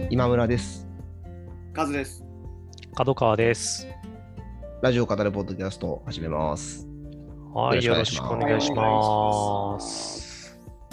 今村です。 カズです。 角川です。 ラジオを語るポッドキャストを始めます。 はい、よろしくお願いします。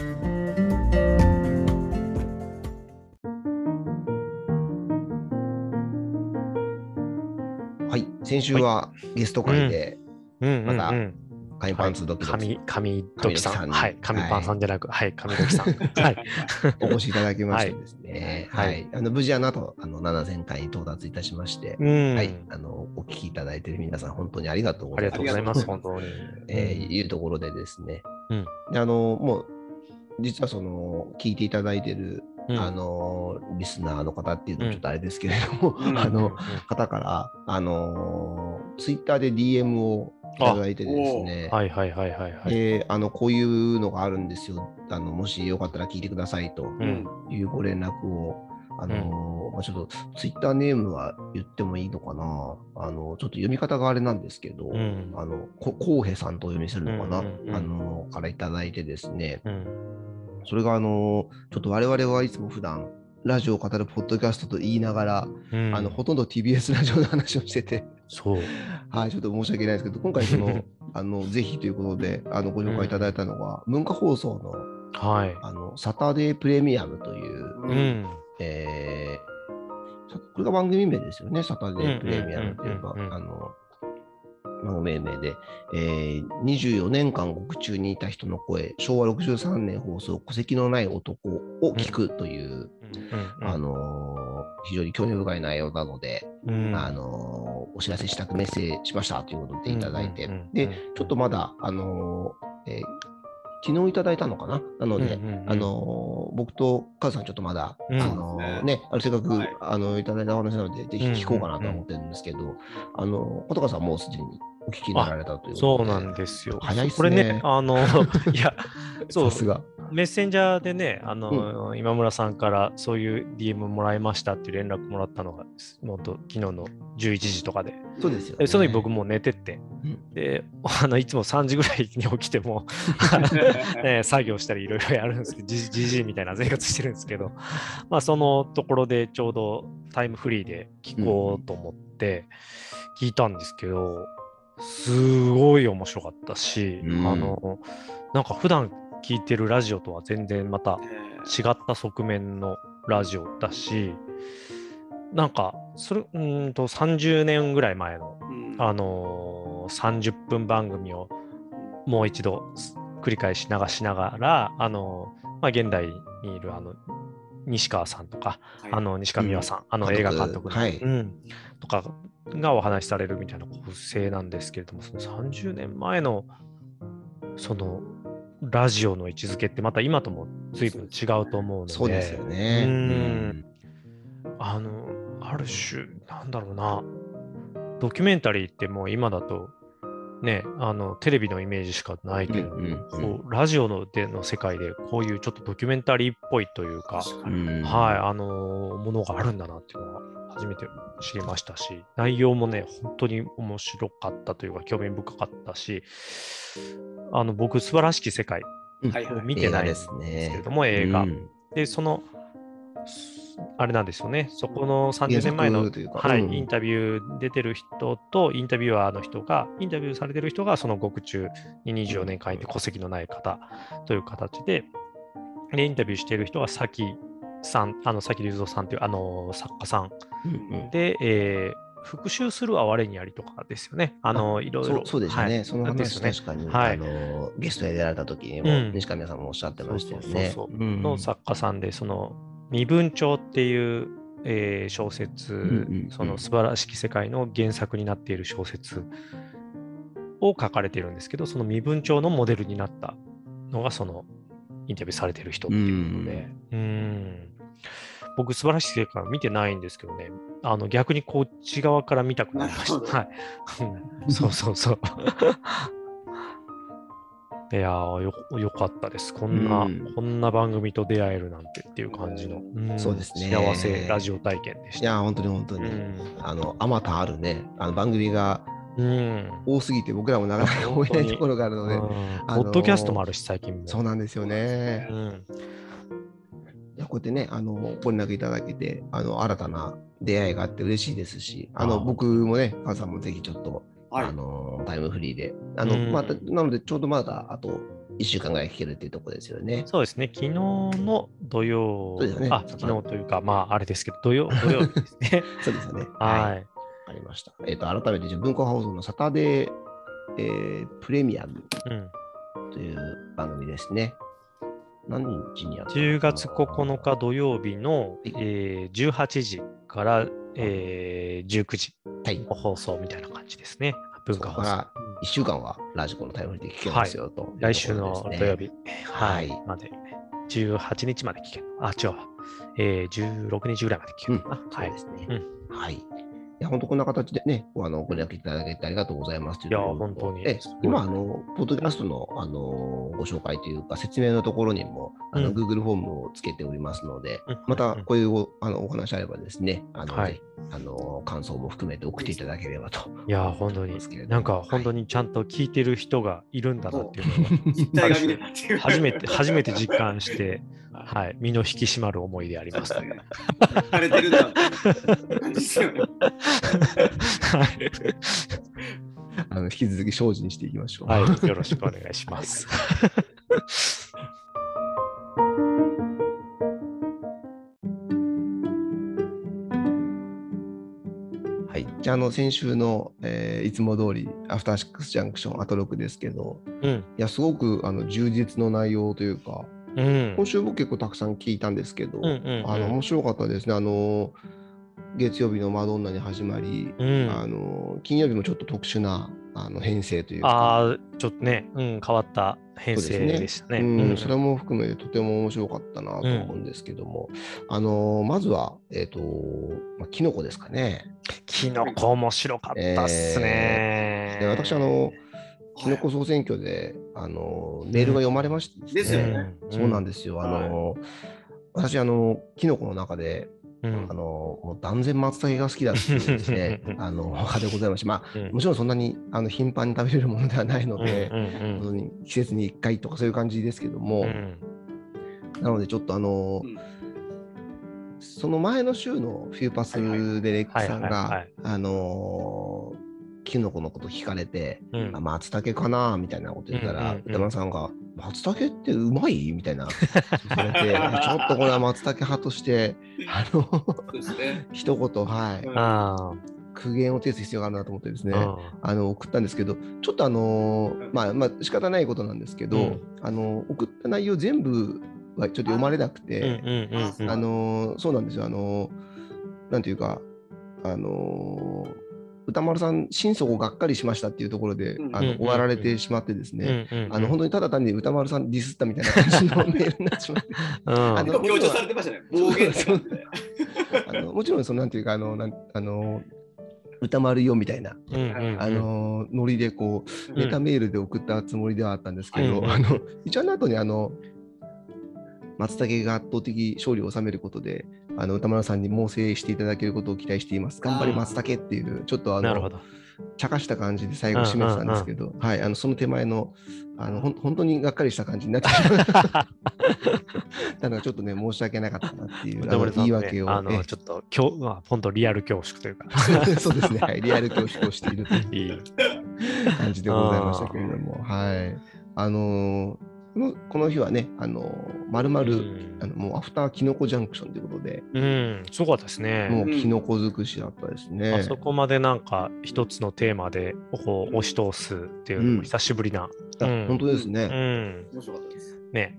はい、先週はゲスト会で、また紙パンツドキドキ、 紙ドキさん、はい、紙パンさんじゃなく、はい、紙ドキさん、はい、 お越しいただきましてですね、はい、無事あと7000回に到達いたしまして、はい、お聞きいただいている皆さん本当にありがとうございます。 ありがとうございます、本当に。 いうところでですね、もう実は聞いていただいているリスナーの方っていうのもちょっとあれですけれども、方から、ツイッターで DM をいただいてですね、で、こういうのがあるんですよ、もしよかったら聞いてくださいというご連絡を、ちょっとツイッターネームは言ってもいいのかな、ちょっと読み方があれなんですけど、コウヘさんとお読みするのかな、からいただいてですね、それがちょっと我々はいつも普段ラジオを語るポッドキャストと言いながら、ほとんど TBS ラジオの話をしてて、はい、ちょっと申し訳ないですけど、今回ぜひということでご紹介いただいたのが、文化放送の、サタデープレミアムという、これが番組名ですよね、サタデープレミアムというか、命名で、24年間獄中にいた人の声、昭和63年放送、戸籍のない男を聞くという、非常に興味深い内容なので、お知らせしたくメッセージしましたということでいただいて、で、ちょっとまだ、昨日いただいたのかな、なので、僕とカズさんちょっとまだ、せっかく、いただいたお話なので、ぜひ聞こうかなと思ってるんですけど、小高さんもうすでにお聞きになられたということで。 そうなんですよ。 早いっすね。 これね、いや、そう、 さすが。 メッセンジャーでね、今村さんからそういう DM もらいましたっていう連絡もらったのが、昨日の11時とかで。 そうですよね。 その時僕もう寝てて、で、いつも3時ぐらいに起きても、作業したりいろいろやるんですけど、じじいみたいな生活してるんですけど、そのところでちょうどタイムフリーで聞こうと思って聞いたんですけど、すごい面白かったし、なんか普段聞いてるラジオとは全然また違った側面のラジオだし、なんか30年ぐらい前の、30分番組をもう一度繰り返し流しながら、現代にいる西川さんとか、西川美和さん、映画監督の、とかがお話しされるみたいな構成なんですけれども、その30年前のそのラジオの位置づけってまた今とも随分違うと思うので、 そうですよね。 ある種なんだろうな、ドキュメンタリーってもう今だとね、テレビのイメージしかないけど、ラジオでの世界でこういうちょっとドキュメンタリーっぽいというか、ものがあるんだなっていうのは初めて知りましたし、内容もね、本当に面白かったというか、興味深かったし、僕、素晴らしき世界を見てないんですけれども、映画。で、あれなんですよね、そこの30年前の、インタビュー出てる人と、インタビュアーの人が、インタビューされてる人が、その獄中に24年間いて戸籍のない方という形で、インタビューしている人が崎隆三さんという作家さんで、復讐するは我にありとかですよね。いろいろ。 そうですよね。その話確かに、ゲストで出られた時にも、西上さんもおっしゃってましたよね。 の作家さんで、身分帳っていう、小説、その素晴らしき世界の原作になっている小説を書かれているんですけど、その身分帳のモデルになったのが、そのインタビューされている人っていうことで、僕、素晴らしい世界は見てないんですけどね、逆にこっち側から見たくなりました。はい。そう。いやー、よかったです。こんな番組と出会えるなんてっていう感じの、 そうですね、 幸せラジオ体験でした。 いや、本当に、あまたあるね、番組が多すぎて、僕らもなかなか追えないところがあるので、 ポッドキャストもあるし、最近も。 そうなんですよね。いや、 こうやってね、ご連絡いただけて、新たな出会いがあって嬉しいですし、僕もね、母さんもぜひちょっと、タイムフリーで、なので、ちょうどまだ、あと1週間ぐらい聞けるっていうところですよね。 そうですね、昨日の土曜、 そうですね、 昨日というか、あれですけど、土曜日ですね。 そうですよね。 はい。 わかりました。改めて、文化放送のサタデー、プレミアムという番組ですね。何日にやったのかな。 10月9日土曜日の、18時から、19時の放送みたいな感じですね。文化放送。 から1週間はラジコのタイムフリーで聞けますよと、 来週の土曜日、まで、18日まで聞ける。違う。16日ぐらいまで聞けるかな。 そうですね。はい。いや、本当こんな形でね、ご連絡いただけてありがとうございますという。 いや、本当に。 今、ポッドキャストの、ご紹介というか、説明のところにも、Google フォームをつけておりますので、またこういうお話あればですね、ぜひ感想も含めて送っていただければと。 いや、本当に。なんか、本当にちゃんと聞いてる人がいるんだなっていうのを、初めて実感して、身の引き締まる思いであります。 されてるんだって感じですよね。 引き続き精進していきましょう。 はい、よろしくお願いします。 はい、じゃあ先週の、いつも通りアフターシックスジャンクションアトロクですけど、いやすごく充実の内容というか、今週僕結構たくさん聞いたんですけど、面白かったですね。月曜日のマドンナに始まり、金曜日もちょっと特殊な編成というか、 ちょっとね、変わった編成でしたね。 それも含めてとても面白かったなと思うんですけども、まずはキノコですかね。 キノコ面白かったっすね。 で私キノコ総選挙でメールが読まれましたですよね。 そうなんですよ。私キノコの中でもう断然松茸が好きだっていうですね派でございまして、もちろんそんなに頻繁に食べれるものではないので、季節に1回とかそういう感じですけども、なのでちょっとその前の週のフューパスでレックさんがキノコのこと聞かれて、松茸かなみたいなこと言ったら、歌丸さんが松茸ってうまいみたいな言われて、ちょっとこれは松茸派として一言苦言を呈す必要があるなと思ってですね、送ったんですけど、ちょっと仕方ないことなんですけど、送った内容全部はちょっと読まれなくて、そうなんですよ。なんていうか歌丸さん、心底がっかりしましたっていうところで終わられてしまってですね、本当にただ単に歌丸さんディスったみたいな感じのメールになってしまって、 強調されてましたね、暴言ってもちろん、なんていうか、歌丸よみたいなノリでこうネタメールで送ったつもりではあったんですけど、一応の後に松茸が圧倒的勝利を収めることで歌丸さんに猛省していただけることを期待しています。頑張り松茸っていうちょっと茶化した感じで最後締めてたんですけど、その手前の本当にがっかりした感じになってしまったのがちょっとね申し訳なかったなっていう言い訳を、 ちょっと本当リアル恐縮というかそうですね、リアル恐縮をしているという感じでございましたけれども、この日はね、まるまるもうアフターキノコジャンクションということで、 すごかったですね。 もうキノコ尽くしだったですね。 あそこまでなんか一つのテーマで押し通すっていうのも久しぶりな。 本当ですね。 面白かったです。 ね。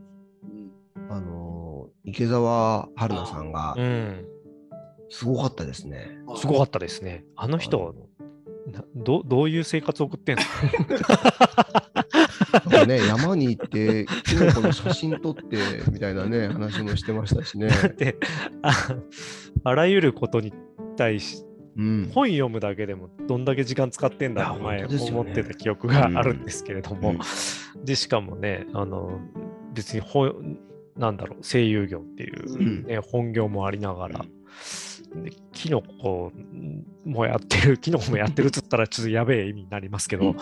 池澤春菜さんがすごかったですね。 すごかったですね。あの人、どういう生活を送ってんのね、山に行ってキノコの写真撮ってみたいなね話もしてましたしね。 だってあらゆることに対し、本読むだけでもどんだけ時間使ってんだって前思ってた記憶があるんですけれども、でしかもね別に声優業っていう、本業もありながら。でキノコもやってるっつったらちょっとやべえ意味になりますけど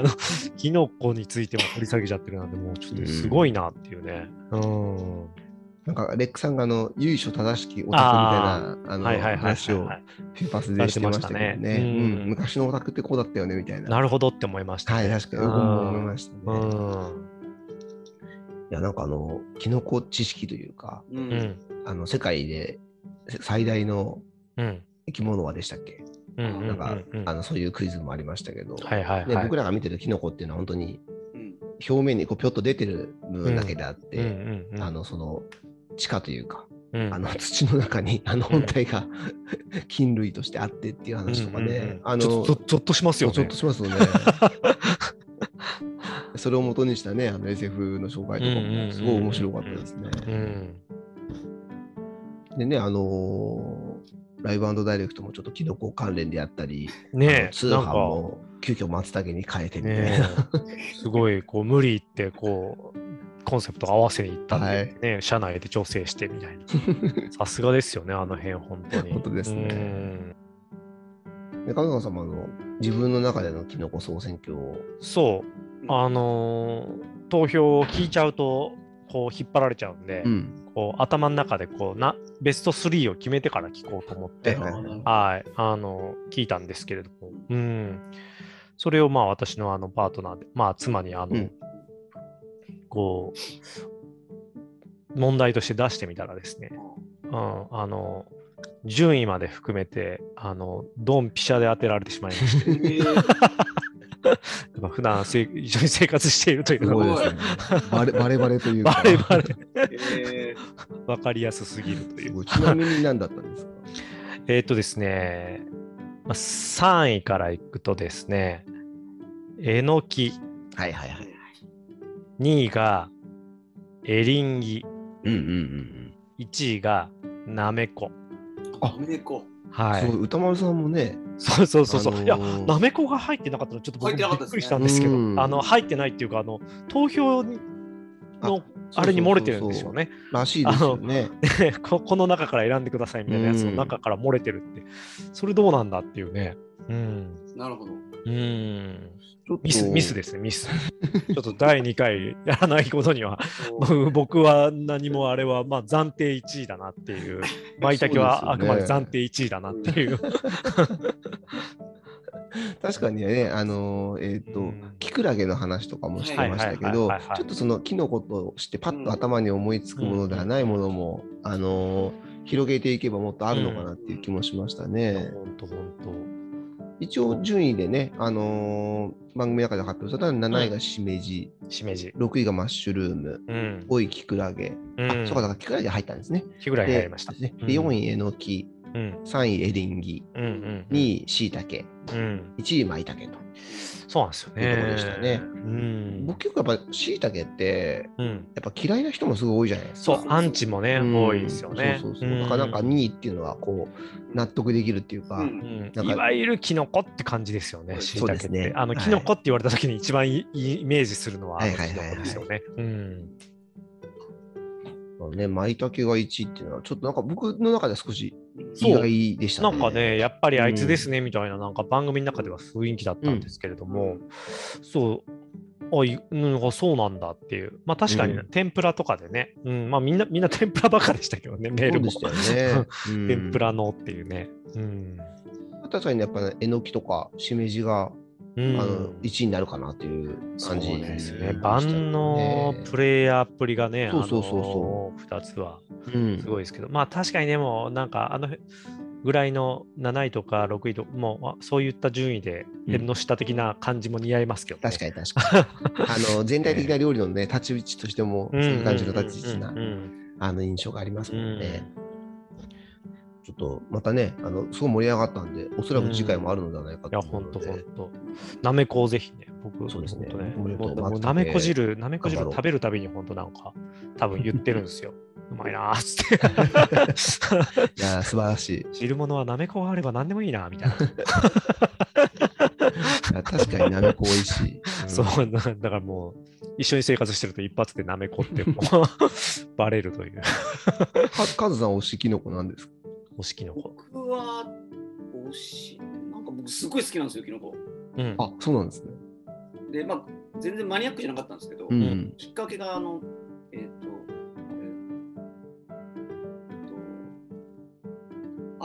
キノコについても掘り下げちゃってるなんでもうちょっとすごいなっていうね。 なんかレックさんが由緒正しきオタクみたいな話をフィパスでしてましたけどね。昔のオタクってこうだったよねみたいな。 なるほどって思いましたね。 はい、確かに僕も思いましたね。いや、なんかキノコ知識というか、世界で最大の生き物はでしたっけ？なんかそういうクイズもありましたけど、僕らが見てるキノコっていうのは本当に表面にこうピョッと出てる部分だけであって、その地下というか、土の中に本体が菌類としてあってっていう話とかね、 ちょっとしますよね。 ちょっとしますよね。それを元にしたね、SF の紹介とかもすごい面白かったですね。でね、ライブ&ダイレクトもちょっとキノコ関連であったり、通販も急遽松茸に変えてみたいな。 すごいこう無理言ってこうコンセプト合わせに行ったんで、ね、社内で調整してみたいな。さすがですよね、あの辺本当に。 本当ですね。で、金沢様の自分の中でのキノコ総選挙を。 そう、投票を聞いちゃうとこう引っ張られちゃうんで、こう頭の中でこうベスト3を決めてから聞こうと思って、聞いたんですけれども、それをまあ私のパートナーで、まあ妻にこう問題として出してみたらですね、順位まで含めてドンピシャで当てられてしまいまして。普段一緒に生活しているというのがバレバレというかバレバレ分かりやすすぎるという。 ちなみに何だったんですか？ ですね、3位からいくとですね、えのき、2位がエリンギ、1位がなめこ。 なめこ。 はい。 歌丸さんもね。 そう。いや、なめこが入ってなかったのちょっと僕びっくりしたんですけど、入ってないっていうか、投票のあれに漏れてるんですよね。 らしいですよね。 この中から選んでくださいみたいなやつの中から漏れてるって、それどうなんだっていうね。 なるほど。 ミスですね、ミス。ちょっと第2回やらないことには、僕は何もあれは、まあ暫定1位だなっていう、舞茸はあくまで暫定1位だなっていう。 確かにね、キクラゲの話とかもしてましたけど、ちょっとそのキノコとしてパッと頭に思いつくものではないものも、広げていけばもっとあるのかなっていう気もしましたね。 本当。 一応順位でね、番組の中で発表されたのは7位がしめじ、6位がマッシュルーム、5位キクラゲ、そうか、キクラゲ入ったんですね。 キクラゲ入りました。 で、4位えのき、3位エリンギ、2位しいたけ、1位まいたけと。 そうなんですよね。 いうところでしたね。僕結構やっぱしいたけって、やっぱ嫌いな人もすごい多いじゃないですか。 そう、アンチもね、多いですよね。 だからなんか2位っていうのはこう納得できるっていうか、 いわゆるキノコって感ね、しいたけって。キノコって言われた時に一番イメージするのはキノコですよね。 マイタケが1位っていうのは、ちょっとなんか僕の中では少し意外でしたね。 なんかね、やっぱりあいつですねみたいな、なんか番組の中では雰囲気だったんですけれども、そうなんだっていう。まあ確かに天ぷらとかでね、まあみんな天ぷらばっかでしたけどね、メールも。 そうでしたよね。 天ぷらのっていうね。 確かにやっぱね、えのきとかしめじが1位になるかなという感じですね。万能プレイヤーっぷりがね、2つはすごいですけど、まあ確かにでもなんかぐらいの7位とか6位とか、もうそういった順位で縁の下的な感じも似合いますけどね。 確かに。全体的な料理のね、立ち位置としても、そういう感じの立ち位置な印象がありますもんね。ちょっとまたね、すごい盛り上がったんで、おそらく次回もあるのではないかと思うので。 いや、ほんと。なめこをぜひね、僕、 そうですね。 なめこ汁食べるたびに本当なんか、多分言ってるんですよ。うまいなーっつって。 いや、素晴らしい。 汁物はなめこがあれば何でもいいな、みたいな。 確かになめこ美味しい。 そう、だからもう、一緒に生活してると一発でなめこってバレるという。 カズさん推しキノコなんですか？ 推しキノコ。 僕はなんか僕すごい好きなんですよ、キノコ。 あ、そうなんですね。 で、まあ全然マニアックじゃなかったんですけど、きっかけが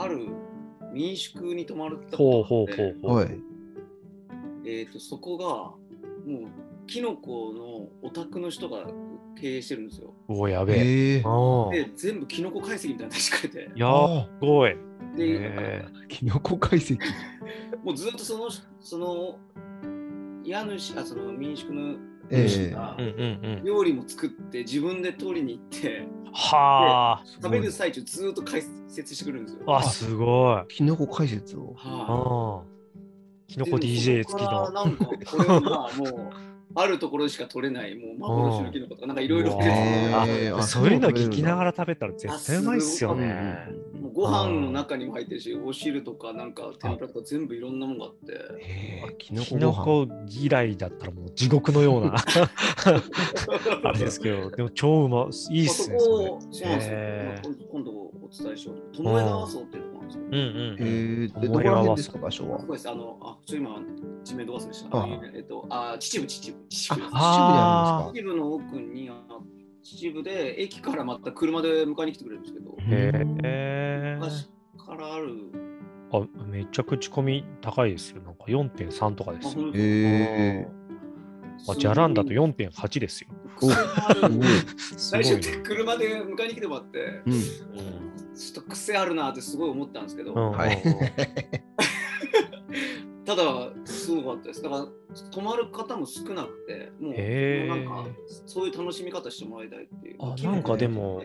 ある民宿に泊まるってことで、 はい。 そこがもうキノコのオタクの人が経営してるんですよ。 お、やべえ。 で、全部キノコ解析みたいなのしてくれて。 やっごい。 で、 キノコ解析。 もうずっとその家主、その民宿の主が料理も作って自分で取りに行って、 はあ。 食べる最中ずっと解説してくるんですよ。 あ、すごい。 キノコ解説を。 はあ。キノコ DJ 付きの。 なんかこれはまあもうあるところでしか取れないもう幻のキノコとかなんかいろいろそういうの聞きながら食べたら絶対うまいっすよね。 もうご飯の中にも入ってるし、お汁とかなんか天ぷらとか全部いろんなものがあって。 キノコ嫌いだったらもう地獄のようなあれですけど、でも超うまいいっすね。 そうなんですよ。今度お伝えしよう。友江川荘っていうところなんですよ。どこら辺ですか、場所は。 そうです。今地名ど忘れした。秩父。秩父の奥に秩父で駅からまた車で迎えに来てくれるんですけど、昔からある。 めっちゃ口コミ高いですよ。なんか 4.3 とかですよ。じゃらんだと 4.8 ですよ。 最初って車で迎えに来てもらって、ちょっと癖あるなってすごい思ったんですけど、ただすごかったです。だから泊まる方も少なくて、もうなんかそういう楽しみ方してもらいたいっていう。 なんかでも、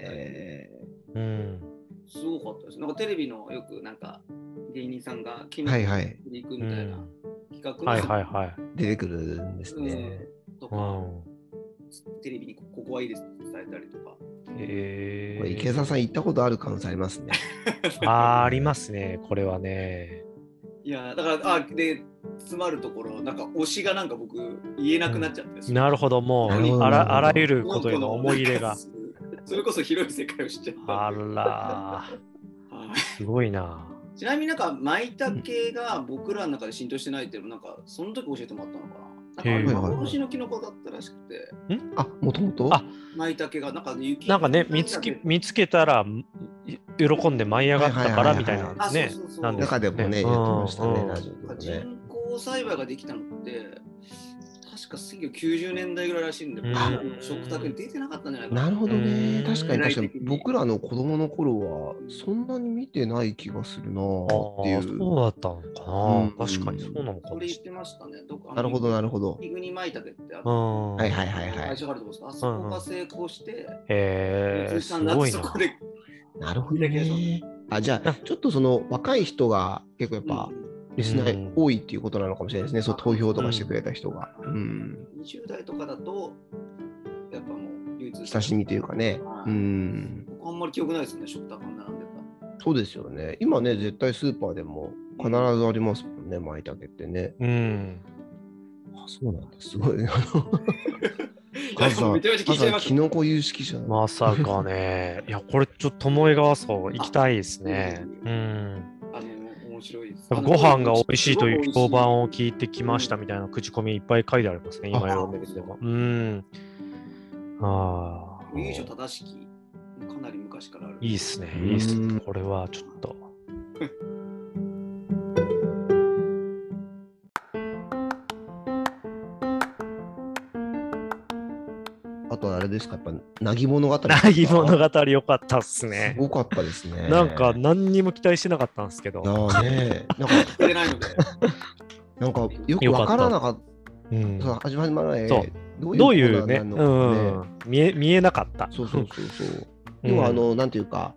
すごかったです。なんかテレビのよくなんか芸人さんがキノコに行くみたいな企画が出てくるんですね。 とか、テレビにここはいいですって伝えたりとか。 これ池澤さん行ったことある可能性ありますね。 ありますね、これはね。 いやだからで詰まるところなんか推しがなんか僕言えなくなっちゃって、 なるほど、もうあらゆることへの思い入れがそれこそ広い世界を知っちゃった。 あらすごいな。 ちなみになんか舞茸が僕らの中で浸透してないっていうのもなんかその時教えてもらったのかな。幻のキノコだったらしくて。 もともと舞茸がなんか雪なんかね見つけたら喜んで舞い上がったからみたいなね。 中でもね言ってましたね。 人工栽培ができたのって確か1990年代ぐらいらしいんで、食卓に出てなかったんじゃないかな。 なるほどね。確かに僕らの子供の頃はそんなに見てない気がするなっていう。 そうだったのかな。確かにそうなのかも。 それ言ってましたね。 なるほどなるほど。 イグニマイタケってはい会社があると思うんですけど、あそこが成功して、 すごいな。 なるほどね。じゃあちょっとその若い人が結構やっぱリスナー多いっていうことなのかもしれないですね。そう投票とかしてくれた人が。 20代とかだとやっぱもう唯一親しみというかね。 僕あんまり記憶ないですね。食卓に並んでた。 そうですよね。今ね絶対スーパーでも必ずありますもんね。舞茸ってね。そうなんです。すごい。キノコ有識者。 まさかね。いやこれちょっと巴川荘行きたいですね。 面白いです。 ご飯が美味しいという評判を聞いてきましたみたいな口コミいっぱい書いてありますね。今読んでみても。 由緒正しきかなり昔からある。 いいっすね。いいっすね。これはちょっと。 あとあれですか、やっぱなぎ物語。 なぎ物語良かったっすね。 すごかったですね。 なんか何にも期待してなかったんですけど。 なんかよくわからなかった。始まる前どういうね、見えなかった。 そう。要はなんていうか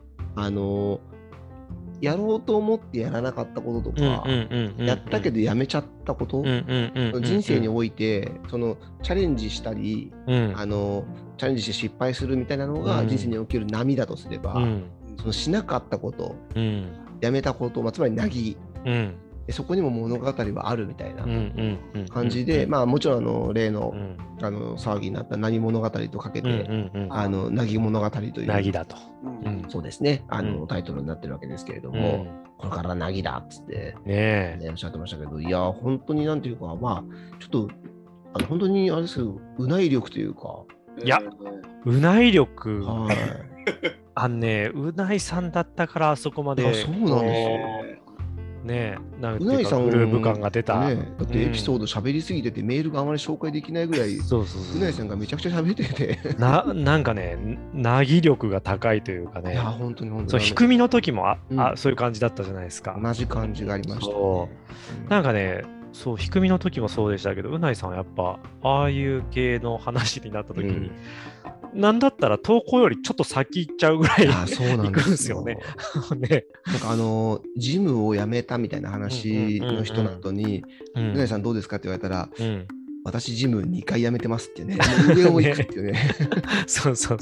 やろうと思ってやらなかったこととか、やったけどやめちゃったこと、人生においてそのチャレンジしたり、チャレンジして失敗するみたいなのが人生における波だとすれば、そのしなかったこと、やめたこと、つまりなぎ、そこにも物語はあるみたいな感じで、もちろん例の騒ぎになったなぎ物語とかけて、なぎ物語というなぎだと、 そうですね、タイトルになってるわけですけれども、これからなぎだっつっておっしゃってましたけど、いや本当になんていうか、ちょっと本当にあれですけど、うない力というか、 いやうない力うないさんだったからあそこまで。 そうなんですよ。 ねえ、なんていうかグルーヴ感が出た。 だってエピソード喋りすぎてて、メールがあまり紹介できないぐらい、うないさんがめちゃくちゃ喋っててなんかね、なぎ力が高いというかね。 いや、本当にそう、低みの時もそういう感じだったじゃないですか。 同じ感じがありましたね。 なんかね、そう、低みの時もそうでしたけど、うないさんはやっぱ、ああいう系の話になった時に、なんだったら投稿よりちょっと先行っちゃうぐらい行くんですよね。 ね、なんかジムを辞めたみたいな話の人の後に、うないさんどうですかって言われたら、私ジム2回辞めてますっていうね、上を行くっていうね。 そうそう。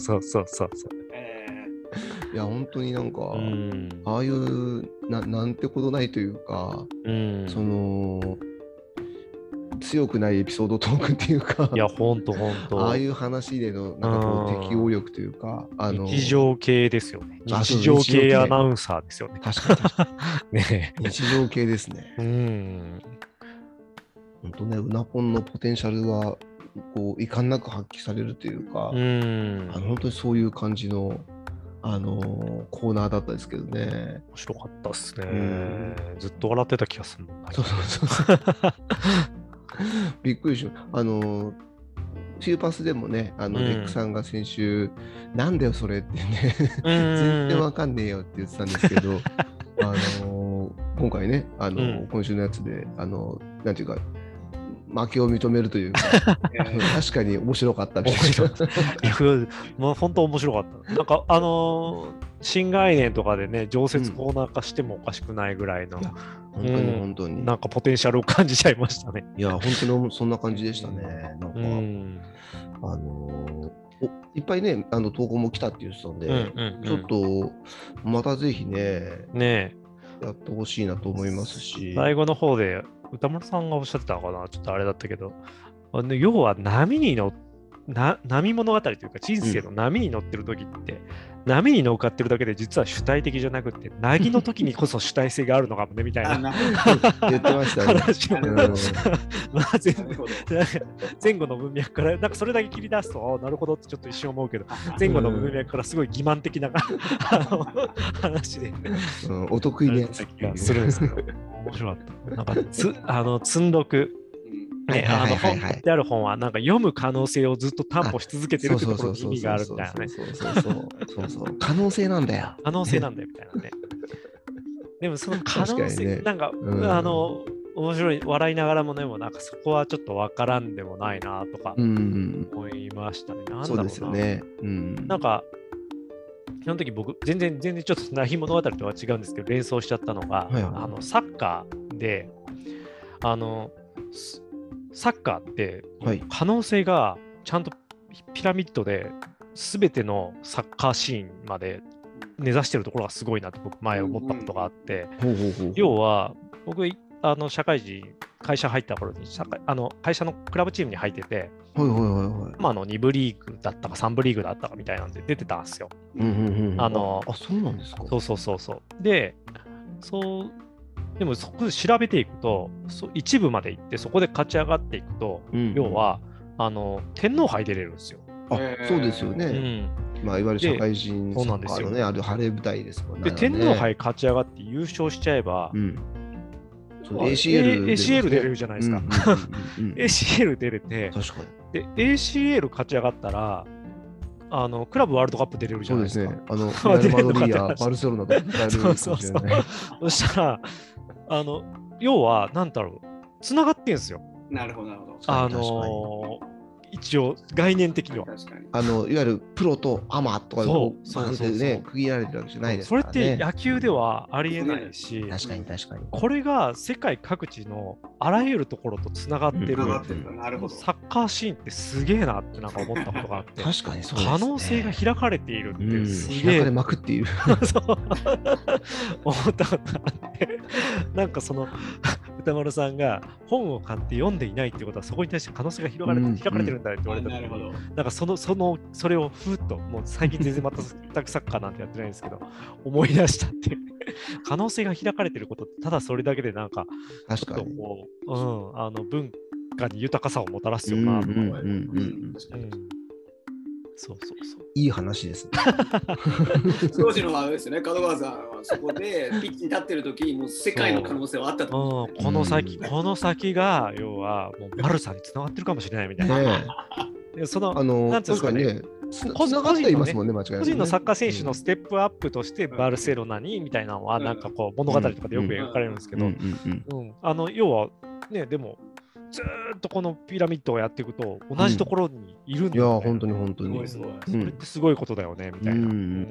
いや、本当になんか、ああいうなんてことないというか、その、強くないエピソードトークっていうか、 いや、ほんと。 ああいう話での、なんかこう、適応力というか、 日常系ですよね。日常系アナウンサーですよね。 確かに。 ね、 日常系ですね。本当ね、うなぽんのポテンシャルが、こう、遺憾なく発揮されるというか、本当にそういう感じの、コーナーだったですけどね。 面白かったっすね。ずっと笑ってた気がする。 そう。びっくりしました。シューパスでもね、ベックさんが先週、なんだよそれってね、全然わかんねえよって言ってたんですけど、今回ね、今週のやつで、なんていうか、負けを認めるというか、確かに面白かったみたいな。 もう本当面白かった。なんか新概念とかでね、常設コーナー化してもおかしくないぐらいの、 本当に。 なんかポテンシャルを感じちゃいましたね。 いや、本当にそんな感じでしたね。なんか、いっぱいね、投稿も来たって言ってたんで、ちょっと、またぜひね、やってほしいなと思いますし。 最後の方で、歌丸さんがおっしゃってたのかな、ちょっとあれだったけど、要は波物語というか人生の波に乗ってる時って、波に乗っかってるだけで実は主体的じゃなくて、凪の時にこそ主体性があるのかもねみたいな言ってましたね。 話を前後の文脈から、なんかそれだけ切り出すと、なるほどってちょっと一瞬思うけど、前後の文脈からすごい欺瞞的な話で、 お得意なやつ気がするんですけど、面白かった。なんか積んどく。本である本はなんか読む可能性をずっと担保し続けてるってところに意味があるみたいなね。 そう可能性なんだよ。 可能性なんだよみたいなね。でもその可能性、なんか面白い、笑いながらもね、なんかそこはちょっとわからんでもないなとか思いましたね。 そうですよね。 なんかその時僕全然ちょっと凪物語とは違うんですけど、連想しちゃったのが、サッカーでサッカーって可能性がちゃんとピラミッドで全てのサッカーシーンまで根ざしてるところがすごいなって僕前思ったことがあって、要は僕社会人会社入った頃に会社のクラブチームに入ってて、2部リーグだったか3部リーグだったかみたいなんで出てたんですよ。 そうなんですか。 そうででもそこで調べていくと、一部まで行ってそこで勝ち上がっていくと、要は天皇杯出れるんですよ。 そうですよね。いわゆる社会人サッカーのね、ある晴れ舞台ですもんね。 で、天皇杯勝ち上がって優勝しちゃえば、 ACL 出れるじゃないですか。ACL 出れて、で、ACL 勝ち上がったら、クラブワールドカップ出れるじゃないですか。 そうですね。レアルマドリーやバルセロナとか出れるかもしれない。 そしたら、要は、なんだろう、つながってんすよ。 なるほど。 一応、概念的には。 いわゆるプロとアマとかで区切られてるわけじゃないですからね。 それって野球ではありえないし、 確かに。 これが世界各地のあらゆるところとつながってる、サッカーシーンってすげえなってなんか思ったことがあって、 確かにそうですね。 可能性が開かれているってすげえ。 開かれまくっている。 思ったことがあって、なんか歌丸さんが本を買って読んでいないってことはそこに対して可能性が開かれてるんだって言われた時に、なんかそれをふっと、もう最近全然全くサッカーなんてやってないんですけど、思い出したっていう可能性が開かれてることってただそれだけでなんかちょっとこう文化に豊かさをもたらすよなとか。 そういい話ですね。 当時のあれですよね、門川さんはそこでピッチに立ってる時もう世界の可能性はあったと思う。 この先が要はもう丸さんに繋がってるかもしれないみたいな。そのなんていうんですかね。 つながっていますもんね、間違いなく。 個人のサッカー選手のステップアップとしてバルセロナにみたいなのはなんかこう物語とかでよく描かれるんですけど、要はね、でもずっとこのピラミッドをやっていくと同じところにいるんだよね。 いや本当にそれってすごいことだよねみたいな。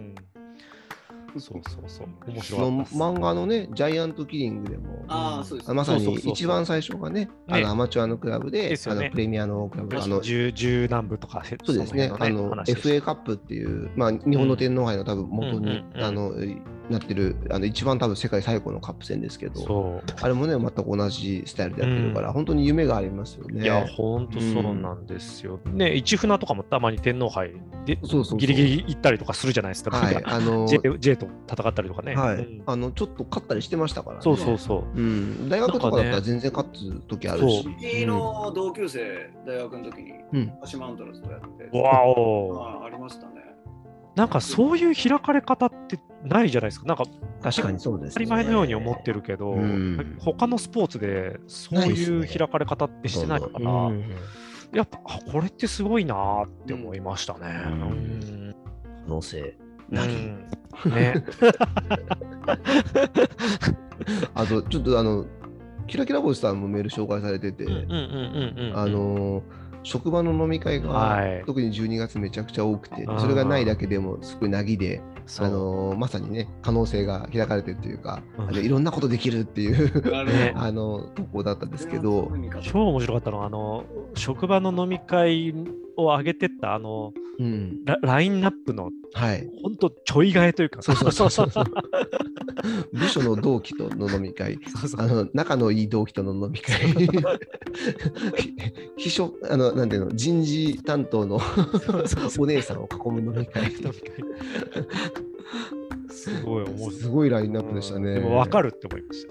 そう面白い。 漫画のね、ジャイアントキリングでも、まさに一番最初がね、アマチュアのクラブで、プレミアのクラブ、 10何部とか、 そうですね、FA カップっていう、日本の天皇杯の多分元になってる、一番多分世界最高のカップ戦ですけど、あれもね、全く同じスタイルでやってるから、本当に夢がありますよね。 いや、本当そうなんですよ。ね、市船とかもたまに天皇杯でギリギリ行ったりとかするじゃないですか。J と戦ったりとかね。 ちょっと勝ったりしてましたからね。 そう。 大学とかだったら全然勝つ時あるし。 うちの同級生、大学の時に、鹿島アントラーズとやって。 わお。 ありましたね。 なんかそういう開かれ方ってないじゃないですか。なんか確かにそうです。 当たり前のように思ってるけど、他のスポーツでそういう開かれ方ってしてないから、やっぱこれってすごいなって思いましたね。 可能性なき。 ね。 あとちょっとキラキラ星さんもメール紹介されてて、職場の飲み会が特に12月めちゃくちゃ多くて、それがないだけでもすごいなぎで、まさにね可能性が開かれてるというか、いろんなことできるっていう投稿だったんですけど、 超面白かったのは職場の飲み会を上げてったラインナップの本当ちょい替えというか、 部署の同期との飲み会、仲のいい同期との飲み会、秘書なんていうの、人事担当のお姉さんを囲む飲み会。 すごい面白い。 すごいラインナップでしたね。 でも分かるって思いました。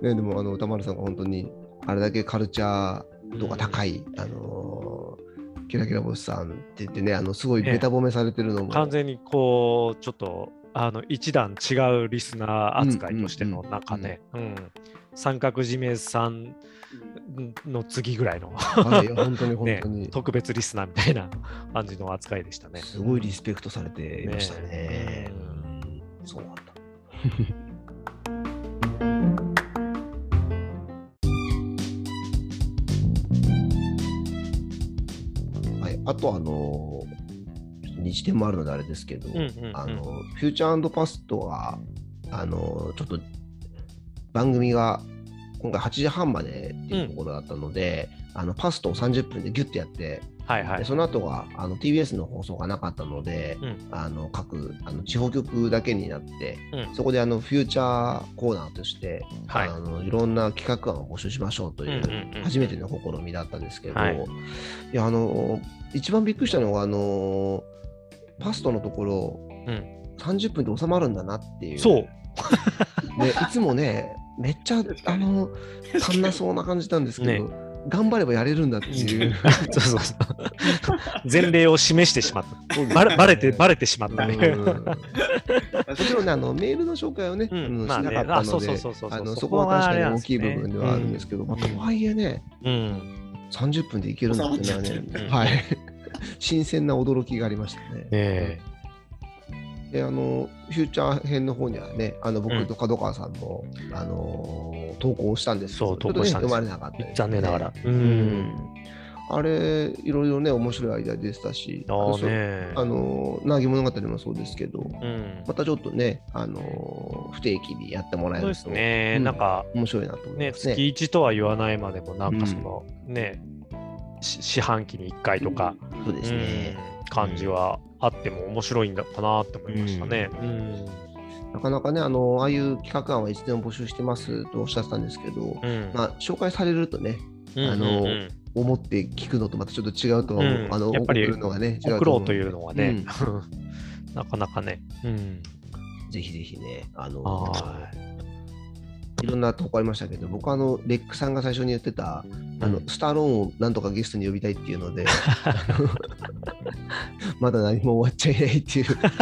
でも歌丸さんが本当にあれだけカルチャー度が高い、キラキラ星さんって言ってね、すごいベタ褒めされてるのも、 完全にこうちょっと一段違うリスナー扱いとしてのなんかね、三角締めさんの次ぐらいの本当に特別リスナーみたいな感じの扱いでしたね。 すごいリスペクトされていましたね。そうなんだ。あと日展もあるのであれですけど、フューチャー&パストはちょっと番組が今回8時半までっていうところだったので、パストを30分でギュッてやって、でその後はTBS の放送がなかったので、各地方局だけになって、そこでフューチャーコーナーとして、いろんな企画案を募集しましょうという初めての試みだったんですけど、いや一番びっくりしたのがパストのところ、30分で収まるんだなっていう。 そういつもねめっちゃ足んなそうな感じなんですけど、頑張ればやれるんだっていう前例を示してしまったバレてしまったね。 もちろんねメールの紹介をねしなかったので、そこは確かに大きい部分ではあるんですけど、とはいえね30分でいけるんだっていうのはね、新鮮な驚きがありましたね。でフューチャー編の方にはね、僕と門川さんも、投稿したんですけど、 投稿したんです。 読まれなかったです、ね、 残念ながら。 あれ、いろいろね、面白いアイデアでしたし、なぎ物語もそうですけど、またちょっとね、不定期にやってもらえると、 そうですね、なんか、 面白いなと思いますね。 月1とは言わないまでも、なんか四半期に1回とか、 そうですね。 感じはあっても面白いんだかなって思いましたね。 なかなかね、ああいう企画案はいつでも募集してますとおっしゃってたんですけど、紹介されるとね、思って聞くのとまたちょっと違うと思う。 やっぱり送るのがね、 送ろうというのはね、なかなかね。 ぜひぜひね、 いろんなとこありましたけど、僕レックさんが最初に言ってた、スタローンをなんとかゲストに呼びたいっていうので、まだ何も終わっちゃいないっていう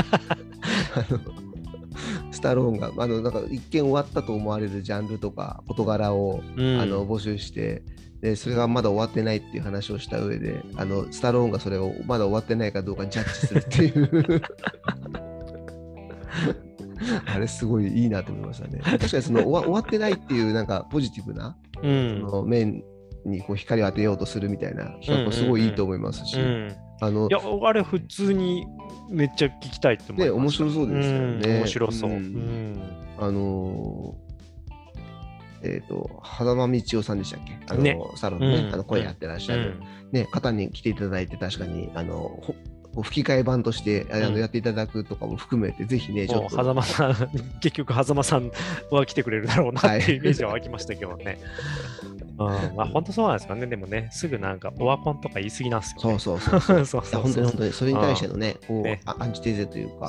スタローンが、なんか一見終わったと思われるジャンルとか事柄を、募集して、でそれがまだ終わってないっていう話をした上で、スタローンがそれをまだ終わってないかどうかジャッジするっていうあれすごいいいなと思いましたね。確かにその終わってないっていうなんかポジティブな、その面にこう光を当てようとするみたいな、すごいいいと思いますし、いやあれ普通にめっちゃ聞きたいと思います。 面白そうですよね。 面白そう。 狭間道夫さんでしたっけ、サロンで、ね声やってらっしゃる、方に来ていただいて、確かに吹き替え版としてやっていただくとかも含めて、ぜひね、ちょっと。 狭間さん、結局、狭間さんは来てくれるだろうなっていうイメージは湧きましたけどね。本当そうなんですかね。でもね、すぐなんかオワコンとか言い過ぎなんですよね。 そう。本当に、それに対してのね、アンチテーゼというか、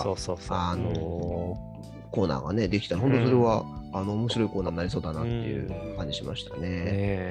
コーナーがね、できたら、本当それは面白いコーナーになりそうだなっていう感じしましたね。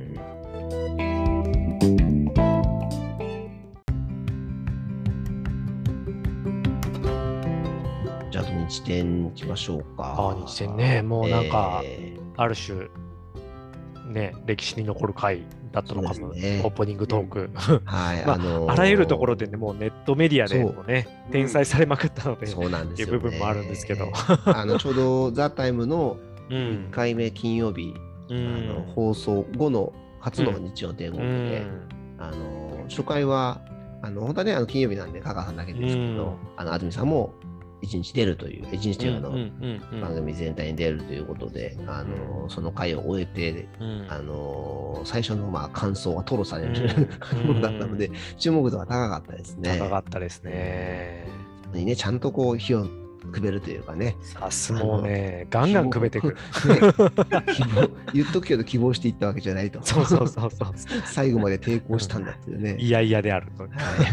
じゃあ、日展いきましょうか。 日展ね、もうなんか、ある種、ね、歴史に残る回だったのかも、オープニングトーク。あらゆるところでね、もうネットメディアでもね、転載されまくったので、 そうなんですよね、っていう部分もあるんですけど。 ちょうど、ザ・タイムの1回目金曜日、放送後の初の日曜天国で、初回は、本当はね、金曜日なんで、香川さんだけですけど、安住さんも一日出るという、一日という番組全体に出るということで、その回を終えて、最初の感想が吐露されるものだったので、注目度が高かったですね。 高かったですね。 ね、ちゃんとこう火をくべるというかね。 さすもね、ガンガンくべてくる。 言っとくけど希望していったわけじゃないと。 そう。 最後まで抵抗したんだっていうね。 いやいやであると。 は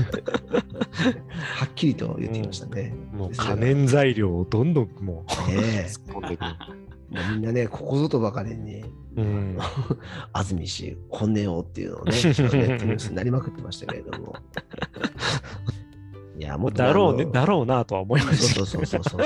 っきりと言ってきましたね。 もう可燃材料をどんどんもう突っ込んでくる。 みんなね、ここぞとばかりに、安住氏、本音をっていうのをね、ネットニュースになりまくってましたけれども。いや、もっとだろうなとは思いました。 そう。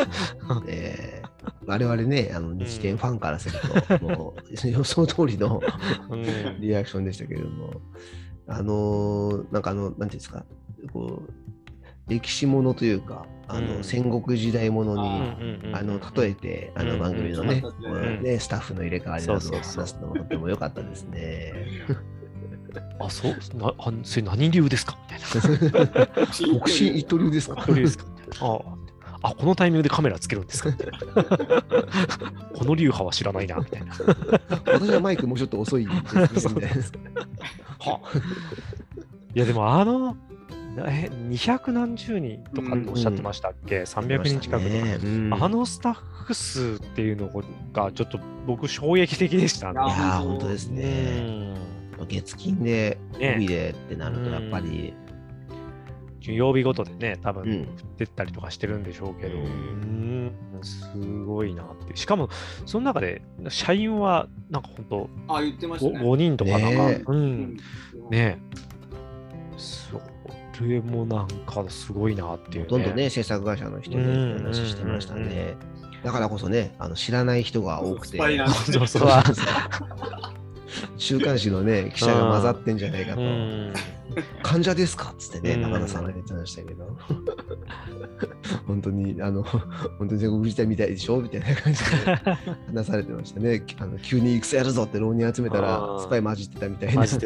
我々ね、日展ファンからすると、もう予想通りのリアクションでしたけれども、なんていうんですか、こう、歴史ものというか、戦国時代ものに、例えて、番組のね、スタッフの入れ替わりなどを話すのもとっても良かったですね。 それ何流ですかみたいな。 北進一刀流ですかこのタイミングでカメラつけるんですかこの流派は知らないなみたいな。 私はマイクもうちょっと遅いですみたいな。 いやでも200何十人とかおっしゃってましたっけ、300人近くとか、スタッフ数っていうのがちょっと僕衝撃的でしたね。 いや本当ですね。月金で帯でってなるとやっぱり、 曜日ごとでね多分振ってったりとかしてるんでしょうけど、すごいなって。しかもその中で社員はなんか本当言ってましたね、 5人とかなんかね、それもなんかすごいなっていう、 ほとんどね制作会社の人に話してましたね。だからこそね知らない人が多くて、週刊誌のね記者が混ざってんじゃないかと。患者ですかっつってね、中田さんが言ってましたけど、本当に全国自体みたいでしょみたいな感じで話されてましたね。急に戦やるぞって浪人集めたらスパイ混じってたみたいな。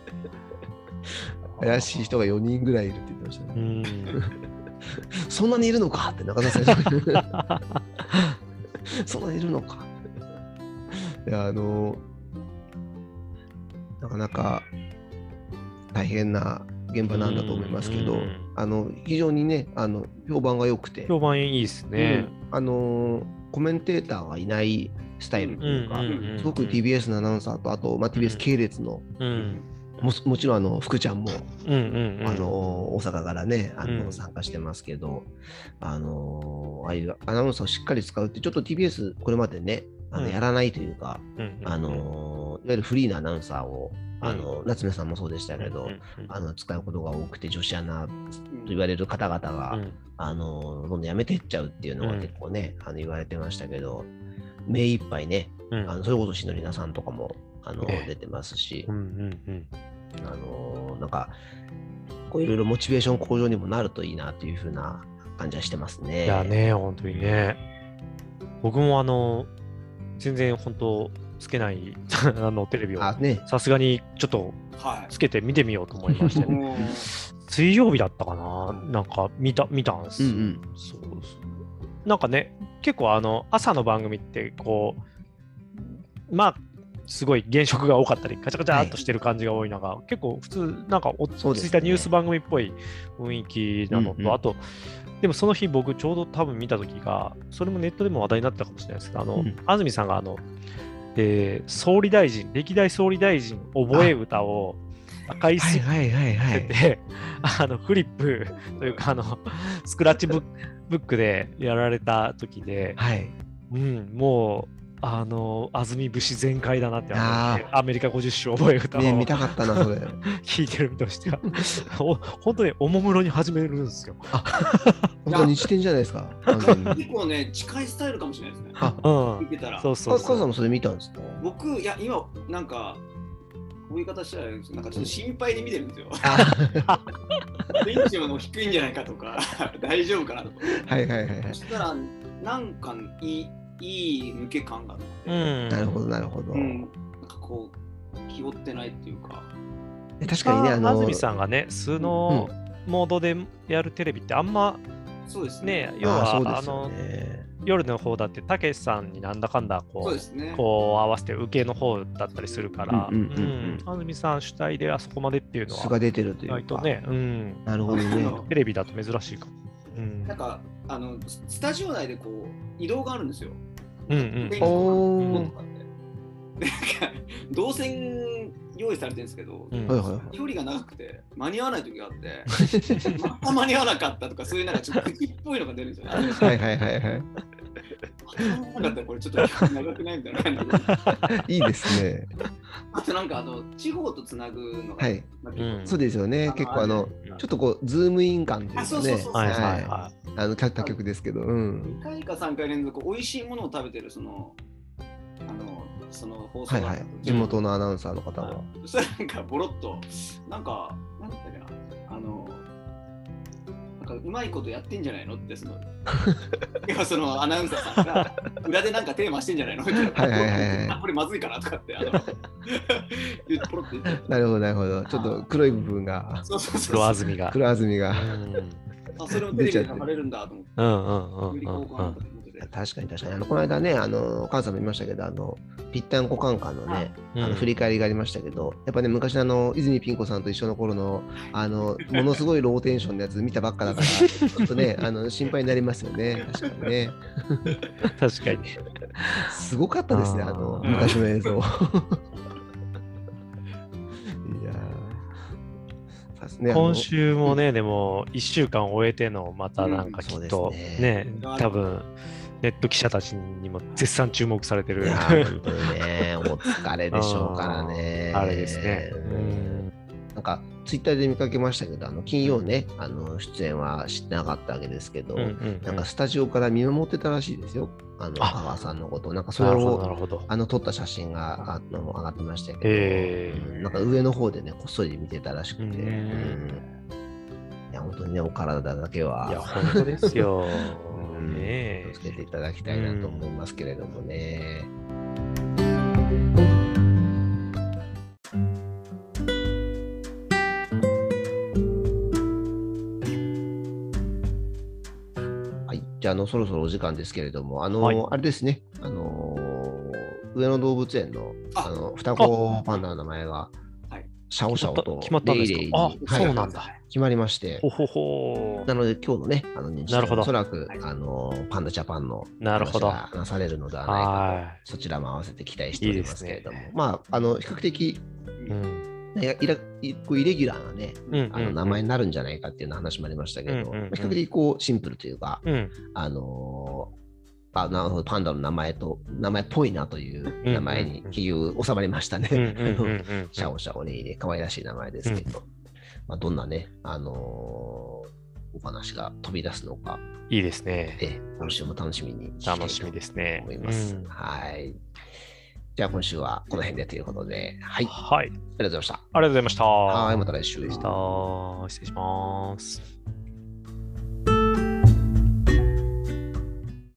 怪しい人が4人ぐらいいるって言ってましたね。そんなにいるのかって中田さんがそんなにいるのか。いやなかなか大変な現場なんだと思いますけど、非常にね評判が良くて、 評判いいですね。 コメンテーターがいないスタイルというか、すごく TBS のアナウンサーとあと、TBS 系列の、もちろん福ちゃんも、大阪からね参加してますけど、ああいうアナウンサーをしっかり使うってちょっと TBS これまでねやらないというか、いわゆるフリーなアナウンサーを、夏目さんもそうでしたけど、使うことが多くて、女子アナと言われる方々が、どんどんやめていっちゃうっていうのが結構ね、言われてましたけど、目いっぱいね、それこそしのりなさんとかも出てますし、なんか、こういろいろモチベーション向上にもなるといいなというふうな感じはしてますね。 いやね、本当にね。僕も全然本当つけないテレビをさすがにちょっとつけて見てみようと思いまして、ね、水曜日だったかな、なんか見たんですよ。そうなんかね、結構朝の番組ってこうまあすごい現職が多かったりカチャカチャっとしてる感じが多いのが、結構普通なんか落ち着いたニュース番組っぽい雰囲気なのと、あとでもその日僕ちょうど多分見た時が、それもネットでも話題になったかもしれないですけど、安住さんが総理大臣、歴代総理大臣覚え歌を赤いスでフリップというかスクラッチブックでやられた時で、もう安住節全開だなってアメリカ50州覚え歌を、 見たかったなそれ聞いてる身としては本当におもむろに始めるんですよ。 本当に視点じゃないですか。 結構ね近いスタイルかもしれないですね。見てたら。 そうそう。 カズさんもそれ見たんですか？ 僕いや今なんかこういう方したらなんかちょっと心配で見てるんですよ。テンションも低いんじゃないかとか大丈夫かなとか。そしたらなんかいい抜け感があって、 なるほどなるほど。 なんかこう気負ってないっていうか。 確かにね、 安住さんがね素のモードでやるテレビってあんまそうですね。 要は夜の方だってたけしさんになんだかんだこう合わせて受けの方だったりするから、安住さん主体であそこまでっていうのは素が出てるというか。 ね、 なるほどね。 テレビだと珍しいかも。 なんかスタジオ内でこう移動があるんですよ。動線用意されてるんですけど、距離が長くて間に合わない時があってまた間に合わなかったとか、そういうなんかちょっと口っぽいのが出るんですよね。だったらこれちょっと長くないみたいな感じで。 いいですね。 あとなんか地方とつなぐのが、 そうですよね。結構ちょっとこうズームイン感というかね、他局ですけど、2 回か3回連続美味しいものを食べてるその放送が地元のアナウンサーの方は、 そしたらなんかボロッとなんかなんだったっけな、なんかうまいことやってんじゃないのってそのアナウンサーさんが裏でなんかテーマしてんじゃないのみたいな、これまずいかなとかってポロッと言って。 なるほどなるほど。ちょっと黒い部分が、 黒安住がそれをテレビで流れるんだと思って。 確かにこの間ね、カズさんも言いましたけど、ぴったんこカンカンのね、振り返りがありましたけど、やっぱね、昔泉ピン子さんと一緒の頃のものすごいローテンションのやつ見たばっかだからちょっとね心配になりますよね。確かにね。 確かにすごかったですね、昔の映像。 今週もね、でも1週間終えてのまたなんかきっとね、多分ネット記者たちにも絶賛注目されてる。 本当にね、お疲れでしょうからね。 あれですね。 なんかツイッターで見かけましたけど、金曜ね、出演はしてなかったわけですけど、なんかスタジオから見守ってたらしいですよ。香川さんのこと、なんかそれを撮った写真が上がってましたけど、なんか上の方でね、こっそり見てたらしくて、いや、本当にね、お体だけは。 いや、本当ですよ。 気をつけていただきたいなと思いますけれどもね。じゃあ、そろそろお時間ですけれども、あれですね、上野動物園の双子パンダの名前が、シャオシャオとレイレイにそうなんだ。 決まりまして、なので今日のね、おそらくパンダジャパンの話がなされるのではないかと、そちらも合わせて期待しておりますけれども、まあ、比較的、イレギュラーなね、名前になるんじゃないかっていう話もありましたけど、比較的こうシンプルというか、 なるほど、パンダの名前っぽいなという名前に結局収まりましたね。シャオシャオレイで可愛らしい名前ですけど、どんなね、お話が飛び出すのか。 いいですね。 今週も楽しみに楽しみですね。 思います。はい。じゃあ今週はこの辺でということで、はい。 はい。ありがとうございました。 ありがとうございました。 はい、また来週。 失礼します。